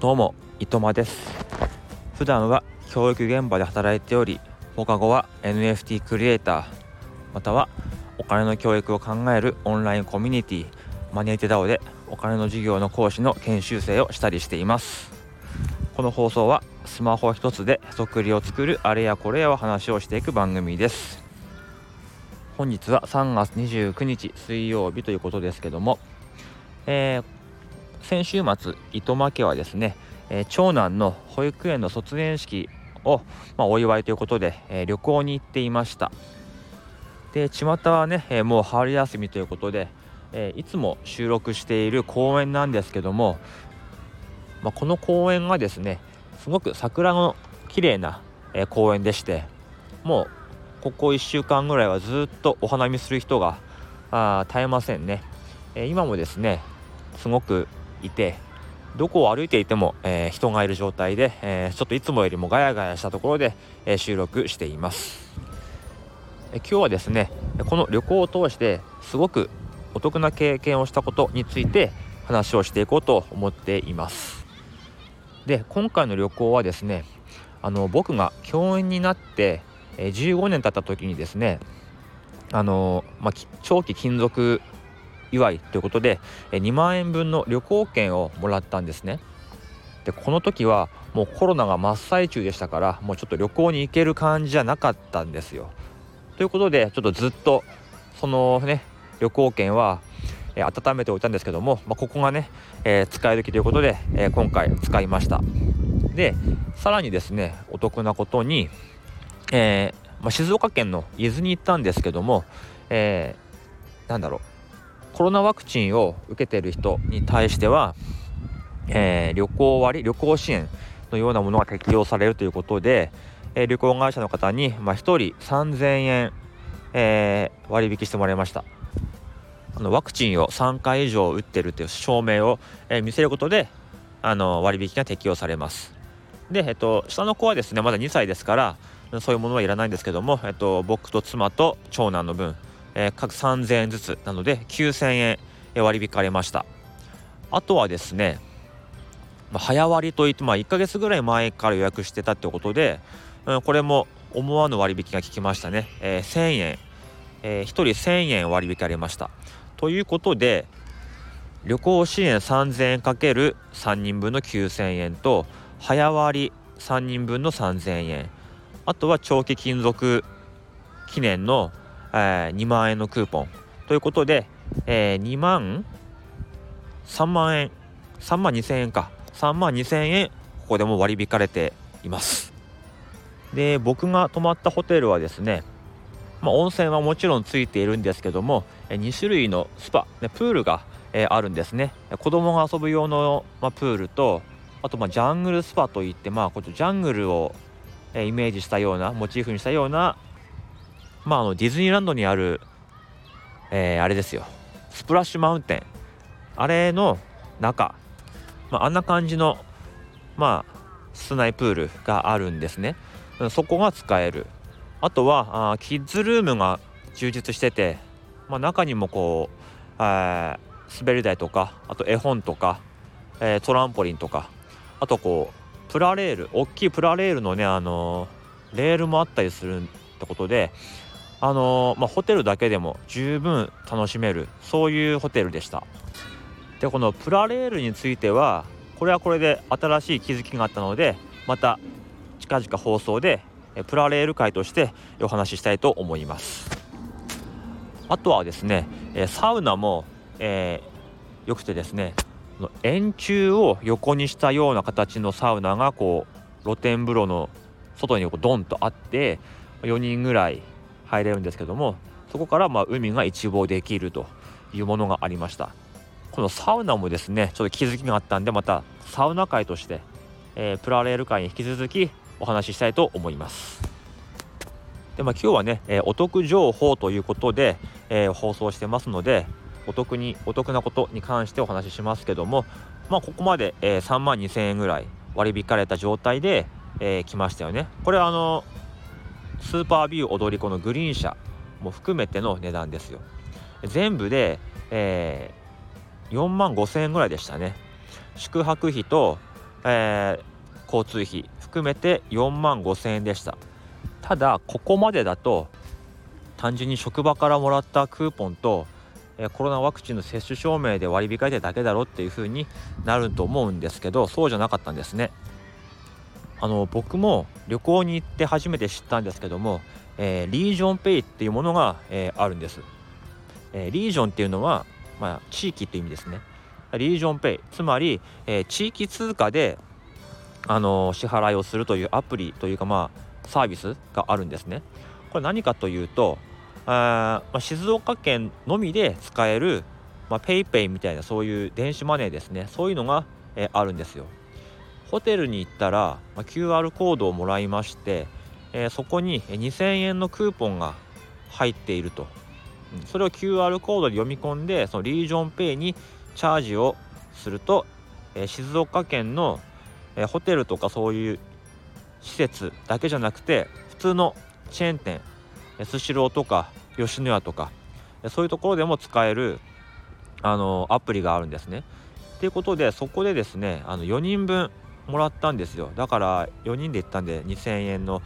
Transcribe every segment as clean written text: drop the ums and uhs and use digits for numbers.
どうも、いとまです。普段は教育現場で働いており、放課後は NFT クリエイター、またはお金の教育を考えるオンラインコミュニティマネーテダオでお金の授業の講師の研修生をしたりしています。この放送はスマホ一つでへそくりを作るあれやこれやを話をしていく番組です。本日は3月29日水曜日ということですけども、先週末糸間家はですね、長男の保育園の卒園式を、お祝いということで、旅行に行っていました。で、巷はね、もう春休みということで、いつも収録している公園なんですけども、この公園がですねすごく桜の綺麗な、公園でして、もうここ1週間ぐらいはずっとお花見する人が絶えませんね。今もですねすごくいて、どこを歩いていても、人がいる状態で、ちょっといつもよりもガヤガヤしたところで、収録しています。今日はですねこの旅行を通してすごくお得な経験をしたことについて話をしていこうと思っています。で、今回の旅行はですね僕が教員になって15年経った時にですね長期勤続祝いということで2万円分の旅行券をもらったんですね。で、この時はもうコロナが真っ最中でしたから、もうちょっと旅行に行ける感じじゃなかったんですよ。ということでちょっとずっとそのね旅行券は温めておいたんですけども、ここがね、使える時ということで、今回使いました。で、さらにですねお得なことに、静岡県の伊豆に行ったんですけども、コロナワクチンを受けている人に対しては、旅行支援のようなものが適用されるということで、旅行会社の方に、1人3000円、割引してもらいました。ワクチンを3回以上打ってるという証明を、見せることで割引が適用されます。で、下の子はですねまだ2歳ですからそういうものはいらないんですけども、僕と妻と長男の分、各3000円ずつなので9000円割り引かれました。あとはですね、早割といって1ヶ月ぐらい前から予約してたってことで、これも思わぬ割引が効きましたね。1000円、1人1000円割り引かれました。ということで旅行支援3000円かける3人分の9000円と早割3人分の3000円、あとは長期勤続記念の、2万円のクーポンということで、3万2000円か3万2000円ここでも割り引かれています。で、僕が泊まったホテルはですね、温泉はもちろんついているんですけども、2種類のスパ、プールが、あるんですね。子供が遊ぶ用の、プールと、あとジャングルスパといって、こっちジャングルを、イメージしたようなモチーフにしたような、ディズニーランドにある、あれですよ、スプラッシュマウンテン、あれの中、あんな感じの室内プールがあるんですね。そこが使える。あとはキッズルームが充実してて、中にもこう、滑り台とか、あと絵本とか、トランポリンとか、あとこうプラレール、大きいプラレールのねレールもあったりするってことで、ホテルだけでも十分楽しめる、そういうホテルでした。で、このプラレールについてはこれはこれで新しい気づきがあったので、また近々放送でプラレール会としてお話ししたいと思います。あとはですね、サウナも、よくてですね、円柱を横にしたような形のサウナがこう露天風呂の外にこうドンとあって4人ぐらい入れるんですけども、そこから海が一望できるというものがありました。このサウナもですねちょっと気づきがあったんで、またサウナ会として、プラレール会に引き続きお話ししたいと思います。で、今日はね、お得情報ということで、放送してますので、お得なことに関してお話ししますけども、ここまで、3万2000円ぐらい割り引かれた状態で、来ましたよね。これはスーパービュー踊り子のグリーン車も含めての値段ですよ。全部で、4万5000円ぐらいでしたね。宿泊費と交通費含めて4万5千円でした。ただここまでだと単純に職場からもらったクーポンとコロナワクチンの接種証明で割り引かれてるだけだろっていう風になると思うんですけど、そうじゃなかったんですね。僕も旅行に行って初めて知ったんですけども、リージョンペイっていうものが、あるんです。リージョンっていうのは、地域っていう意味ですね。リージョンペイ、つまり、地域通貨で、支払いをするというアプリというか、サービスがあるんですね。これ何かというと、静岡県のみで使える、ペイペイみたいなそういう電子マネーですね。そういうのが、あるんですよ。ホテルに行ったら、QR コードをもらいまして、そこに2000円のクーポンが入っていると。それを QR コードで読み込んで、そのリージョンペイにチャージをすると、静岡県の、ホテルとかそういう施設だけじゃなくて、普通のチェーン店、スシローとか吉野家とかそういうところでも使えるアプリがあるんですね。ということで、そこでですね4人分もらったんですよ。だから4人で行ったんで2000円の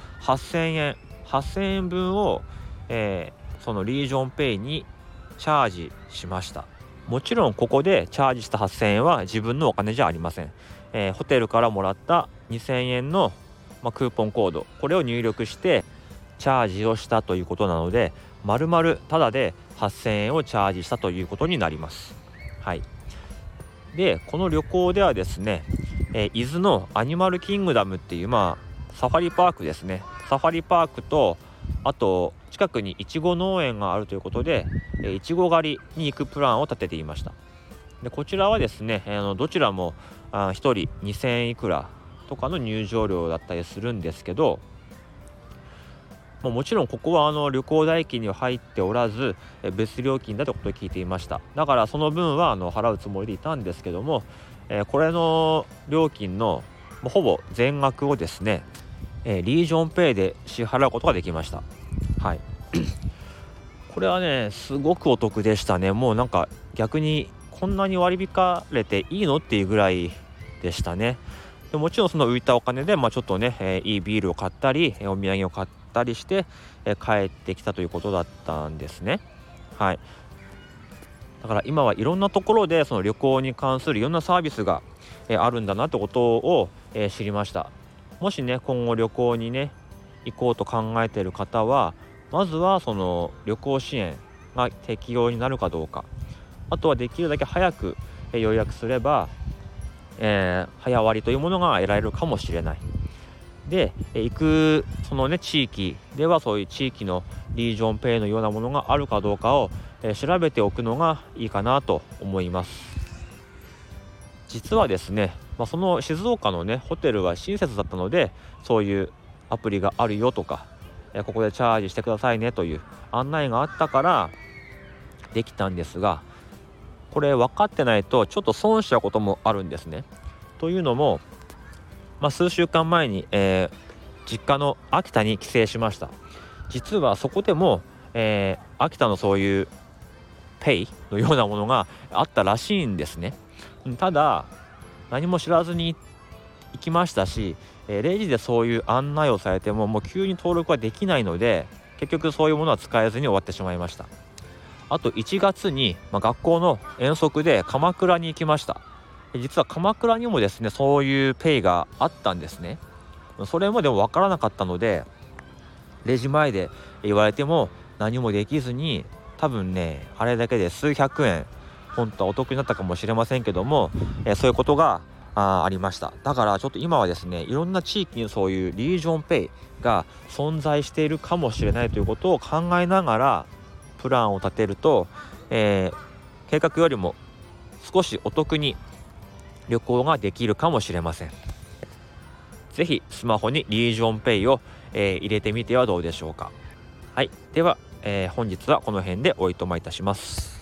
8000円分を、そのリージョンペイにチャージしました。もちろんここでチャージした8000円は自分のお金じゃありません。ホテルからもらった2000円の、クーポンコード、これを入力してチャージをしたということなので、丸々タダで8000円をチャージしたということになります。はい。でこの旅行ではですね、伊豆のアニマルキングダムっていう、サファリパークですね。サファリパークと、あと近くにいちご農園があるということで、いちご狩りに行くプランを立てていました。でこちらはですね、どちらも1人2000円いくらとかの入場料だったりするんですけど、もちろんここは旅行代金には入っておらず別料金だということを聞いていました。だからその分は払うつもりでいたんですけども、これの料金のほぼ全額をですね、リージョンペイで支払うことができました。はい。これはねすごくお得でしたね。もうなんか逆にこんなに割り引かれていいのっていうぐらいでしたね。でもちろんその浮いたお金で、ちょっとね、いいビールを買ったりお土産を買ったりして、帰ってきたということだったんですね。はい。だから今はいろんなところでその旅行に関するいろんなサービスが、あるんだなってことを、知りました。もしね今後旅行にね行こうと考えている方は、まずはその旅行支援が適用になるかどうか、あとはできるだけ早く予約すれば、早割というものが得られるかもしれない。で行くそのね地域ではそういう地域のリージョンペイのようなものがあるかどうかを、調べておくのがいいかなと思います。実はですね、その静岡のねホテルは親切だったので、そういうアプリがあるよとか、ここでチャージしてくださいねという案内があったからできたんですが、これ分かってないとちょっと損しちゃうこともあるんですね。というのも、数週間前に、実家の秋田に帰省しました。実はそこでも、秋田のそういうペイのようなものがあったらしいんですね。ただ何も知らずに行きましたし、レジでそういう案内をされてももう急に登録はできないので、結局そういうものは使えずに終わってしまいました。あと1月に、学校の遠足で鎌倉に行きました。実は鎌倉にもですねそういうペイがあったんですね。それもでも分からなかったので、レジ前で言われても何もできずに、多分ねあれだけで数百円本当はお得になったかもしれませんけども、そういうことがありました。だからちょっと今はですねいろんな地域にそういうリージョンペイが存在しているかもしれないということを考えながらプランを立てると、計画よりも少しお得に旅行ができるかもしれません。ぜひスマホにリージョンペイを、入れてみてはどうでしょうか。はい。では、本日はこの辺でおいとまいたします。